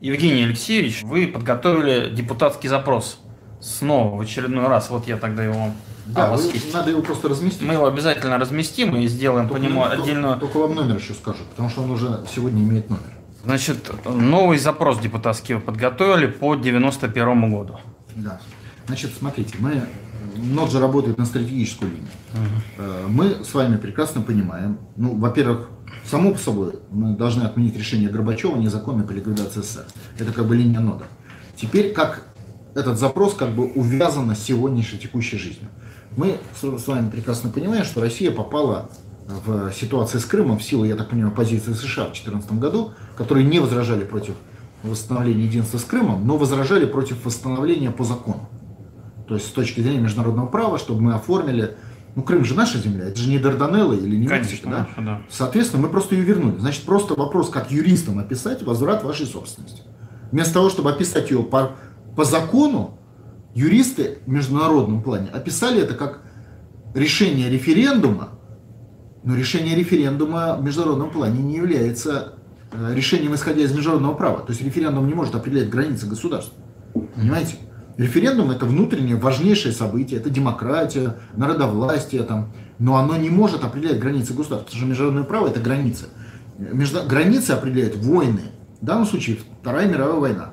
Евгений Алексеевич, вы подготовили депутатский запрос снова в очередной раз. Вот я тогда его... Да, надо его просто разместить. Мы его обязательно разместим и сделаем по нему отдельную... Только вам номер еще скажут, потому что он уже сегодня имеет номер. Значит, новый запрос депутатский вы подготовили по 91 году. Да. Значит, смотрите, НОТ же работает на стратегическую линию. Мы с вами прекрасно понимаем, во-первых, само по собой мы должны отменить решение Горбачева незаконной по ликвидации СССР. Это как бы линия НОТа. Теперь как этот запрос как бы увязан с сегодняшней текущей жизнью. Мы с вами прекрасно понимаем, что Россия попала в ситуацию с Крымом в силу, я так понимаю, позиции США в 2014 году, которые не возражали против восстановления единства с Крымом, но возражали против восстановления по закону. То есть с точки зрения международного права, чтобы мы оформили... Крым же наша земля, это же не Дарданеллы или не Мексика, да? Да. Соответственно, мы просто ее вернули. Значит, просто вопрос, как юристам описать возврат вашей собственности. Вместо того, чтобы описать ее по закону, юристы в международном плане описали это как решение референдума, но решение референдума в международном плане не является решением, исходя из международного права. То есть референдум не может определять границы государства. Понимаете? Референдум — это внутреннее важнейшее событие, это демократия, народовластие, но оно не может определять границы государства, потому что международное право — это границы. Границы определяют войны, в данном случае Вторая мировая война.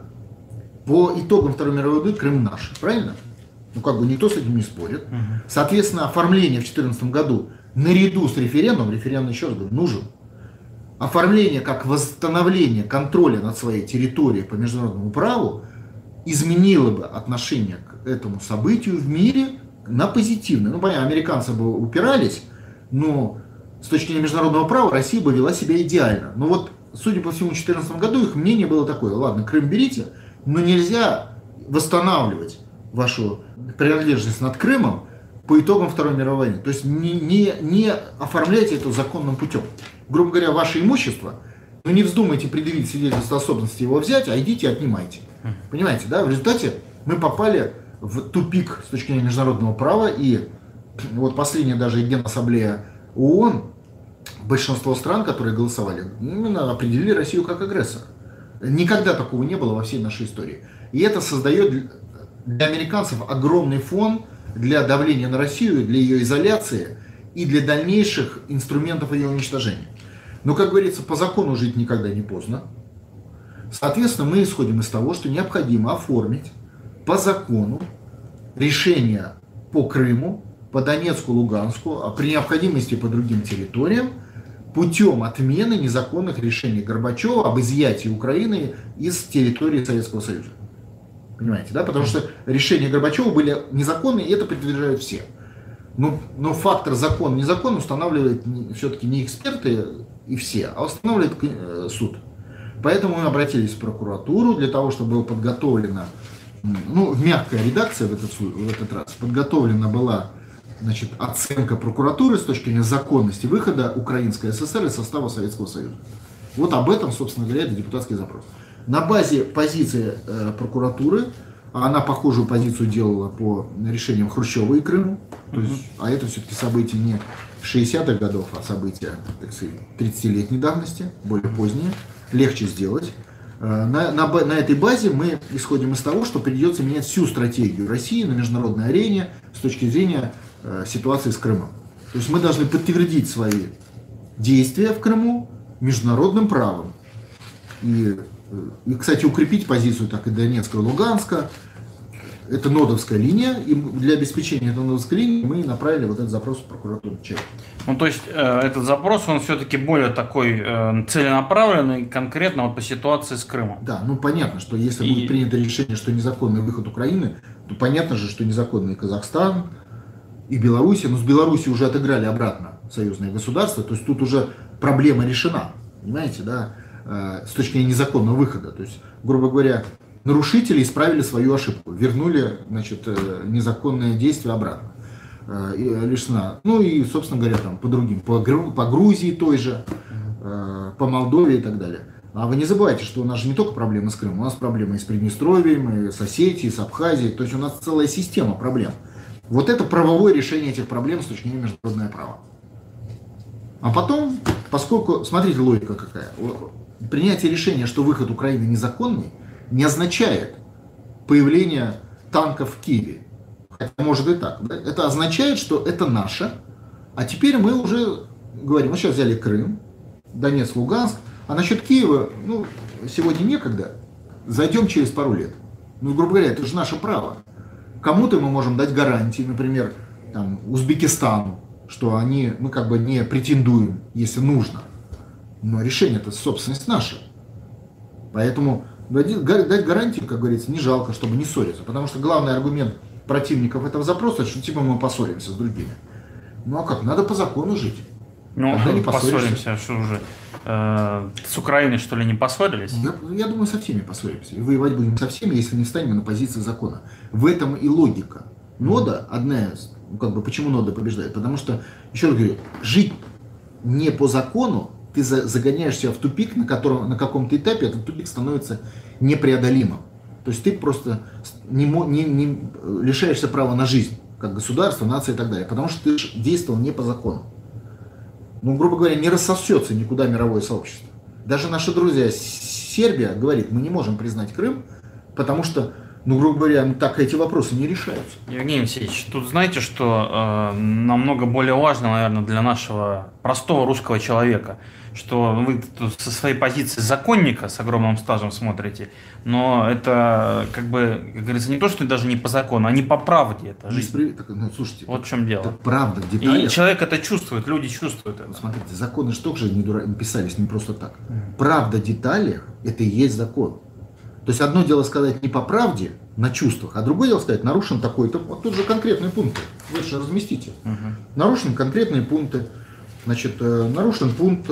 По итогам Второй мировой войны Крым наш, правильно? Никто с этим не спорит. Соответственно, оформление в 2014 году наряду с референдумом, еще раз говорю, нужен. Оформление как восстановление контроля над своей территорией по международному праву изменило бы отношение к этому событию в мире на позитивное. Понятно, американцы бы упирались, но с точки зрения международного права Россия бы вела себя идеально. Судя по всему, в 2014 году их мнение было такое: ладно, Крым берите, но нельзя восстанавливать вашу принадлежность над Крымом по итогам Второй мировой войны. То есть не оформляйте это законным путем. Грубо говоря, ваше имущество, не вздумайте предъявить свидетельство о собственности, его взять, а идите и отнимайте. Понимаете, да? В результате мы попали в тупик с точки зрения международного права, и последняя даже Генассамблея ООН, большинство стран, которые голосовали, именно определили Россию как агрессора. Никогда такого не было во всей нашей истории. И это создает для американцев огромный фон для давления на Россию, для ее изоляции и для дальнейших инструментов ее уничтожения. Но, как говорится, по закону жить никогда не поздно. Соответственно, мы исходим из того, что необходимо оформить по закону решение по Крыму, по Донецку, Луганску, а при необходимости по другим территориям, путем отмены незаконных решений Горбачева об изъятии Украины из территории Советского Союза. Понимаете, да? Потому что решения Горбачева были незаконные, и это подтверждают все. Но фактор закон-незакон устанавливает все-таки не эксперты и все, а устанавливает суд. Поэтому мы обратились в прокуратуру для того, чтобы была подготовлена, мягкая редакция в этот раз, подготовлена была, оценка прокуратуры с точки зрения законности выхода Украинской ССР из состава Советского Союза. Об этом, собственно говоря, это депутатский запрос. На базе позиции прокуратуры, а она похожую позицию делала по решениям Хрущева и Крыму, а это все-таки события не 60-х годов, а события, 30-летней давности, более поздние, легче сделать. На этой базе мы исходим из того, что придется менять всю стратегию России на международной арене с точки зрения ситуации с Крымом. То есть мы должны подтвердить свои действия в Крыму международным правом. И, кстати, укрепить позицию так и Донецка, и Луганска. Это нодовская линия, и для обеспечения этой нодовской линии мы направили этот запрос в прокуратуру. То есть этот запрос, он все-таки более такой целенаправленный, конкретно по ситуации с Крымом. Да, понятно, что если будет принято решение, что незаконный выход Украины, то понятно же, что незаконный Казахстан и Белоруссия, но с Белоруссией уже отыграли обратно союзные государства, то есть тут уже проблема решена, понимаете, да, с точки зрения незаконного выхода. То есть, грубо говоря, нарушители исправили свою ошибку, вернули, незаконное действие обратно. И, собственно говоря, по другим, по Грузии той же, по Молдове и так далее. А вы не забывайте, что у нас же не только проблемы с Крымом, у нас проблемы и с Приднестровьем, и с Осетией, и с Абхазией, то есть у нас целая система проблем. Это правовое решение этих проблем с точки зрения международного права. А потом, поскольку, смотрите, логика какая, принятие решения, что выход Украины незаконный, не означает появление танков в Киеве. Хотя может и так. Да? Это означает, что это наше. А теперь мы уже говорим, мы сейчас взяли Крым, Донецк, Луганск. А насчет Киева, ну, сегодня некогда. Зайдем через пару лет. Ну, грубо говоря, это же наше право. Кому-то мы можем дать гарантии, например, там, Узбекистану, что мы как бы не претендуем, если нужно. Но решение-то собственность наша. Поэтому дать гарантию, как говорится, не жалко, чтобы не ссориться. Потому что главный аргумент противников этого запроса, что типа мы поссоримся с другими. Ну а как? Надо по закону жить. Ну, не поссоримся, что уже. С Украиной, что ли, не поссорились? Я думаю, со всеми поссоримся. И воевать будем со всеми, если не встанем на позиции закона. В этом и логика. Нода одна из, как бы, почему нода побеждает? Потому что, еще раз говорю, жить не по закону, ты загоняешь себя в тупик, на каком-то этапе этот тупик становится непреодолимым. То есть ты просто не лишаешься права на жизнь, как государство, нация и так далее. Потому что ты действовал не по закону. Ну, грубо говоря, не рассосется никуда мировое сообщество. Даже наши друзья Сербия говорит, мы не можем признать Крым, потому что, ну, грубо говоря, так эти вопросы не решаются. Евгений Алексеевич, тут знаете, что намного более важно, наверное, для нашего простого русского человека, что вы тут со своей позиции законника с огромным стажем смотрите, но это, как бы, как говорится, не то, что даже не по закону, а не по правде это жизнь. Слушайте, вот в чем дело. Это правда в деталях. И человек это чувствует, люди чувствуют это. Смотрите, законы же тоже не писались не просто так. Правда в деталях – это и есть закон. То есть одно дело сказать не по правде, на чувствах, а другое дело сказать, нарушен такой-то, вот тут же конкретные пункты, вы же разместите. Нарушены конкретные пункты. Значит, нарушен пункт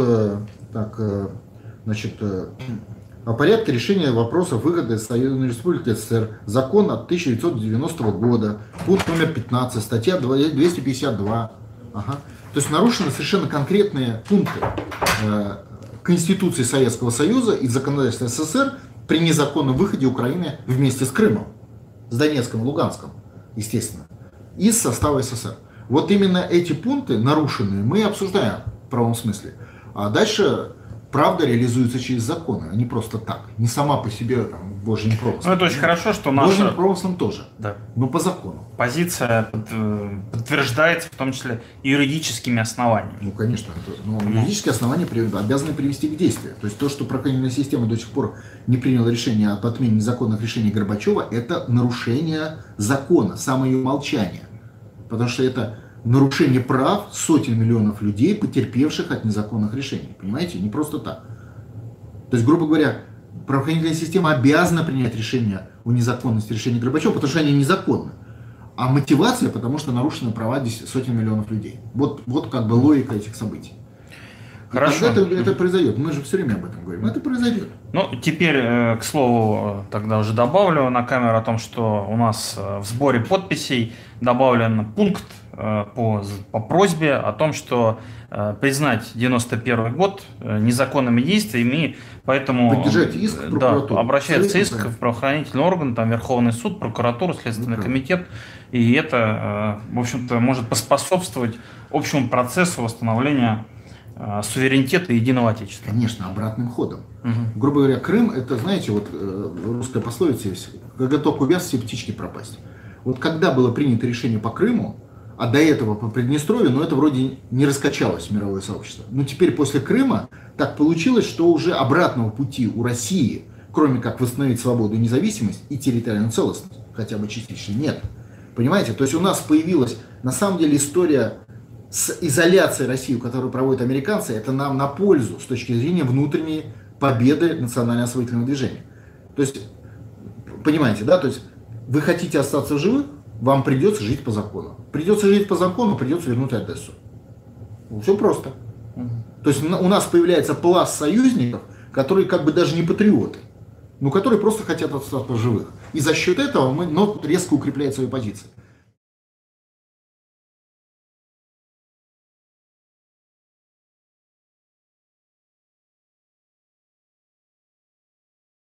о порядке решения вопросов выхода из Союзной Республики СССР. Закон от 1990 года. Пункт номер 15, статья 252. Ага. То есть нарушены совершенно конкретные пункты Конституции Советского Союза и законодательства СССР при незаконном выходе Украины вместе с Крымом, с Донецком и Луганском, естественно, из состава СССР. Вот именно эти пункты нарушенные мы обсуждаем в правом смысле. А дальше правда реализуется через законы, а не просто так. Не сама по себе там, Божьим промыслом. Ну это очень хорошо, что наша... Божьим промыслом тоже, да. Но по закону. Позиция подтверждается в том числе юридическими основаниями. Ну конечно, юридические основания обязаны привести к действию. То есть то, что правоохранительная система до сих пор не приняла решение об отмене незаконных решений Горбачева, это нарушение закона, самое ее молчание. Потому что это нарушение прав сотен миллионов людей, потерпевших от незаконных решений. Понимаете? Не просто так. То есть, грубо говоря, правоохранительная система обязана принять решение о незаконности решения Горбачева, потому что они незаконны. А мотивация, потому что нарушены права сотен миллионов людей. Вот как бы логика этих событий. Хорошо. Это произойдет. Мы же все время об этом говорим. Это произойдет. Ну, теперь, к слову, тогда уже добавлю на камеру о том, что у нас в сборе подписей добавлен пункт по просьбе о том, что признать 91 год незаконными действиями, поэтому поддержать иск в прокуратуру. Обращается иск в правоохранительный орган, там Верховный суд, прокуратура, Следственный комитет, и это, в общем-то, может поспособствовать общему процессу восстановления суверенитета и единого Отечества. Конечно, обратным ходом. Грубо говоря, Крым, это, знаете, вот русская пословица есть, когда только увяз, все птички пропасть. Вот когда было принято решение по Крыму, а до этого по Приднестровью, но это вроде не раскачалось в мировое сообщество. Но теперь после Крыма так получилось, что уже обратного пути у России, кроме как восстановить свободу и независимость и территориальную целостность, хотя бы частично, нет. Понимаете? То есть у нас появилась, на самом деле, история с изоляцией России, которую проводят американцы, это нам на пользу с точки зрения внутренней победы национально-освободительного движения. То есть, понимаете, да? То есть вы хотите остаться в живых, вам придется жить по закону. Придется жить по закону, придется вернуть Одессу. Все просто. То есть у нас появляется пласт союзников, которые как бы даже не патриоты, но которые просто хотят остаться в живых. И за счет этого мы резко укрепляем свои позиции.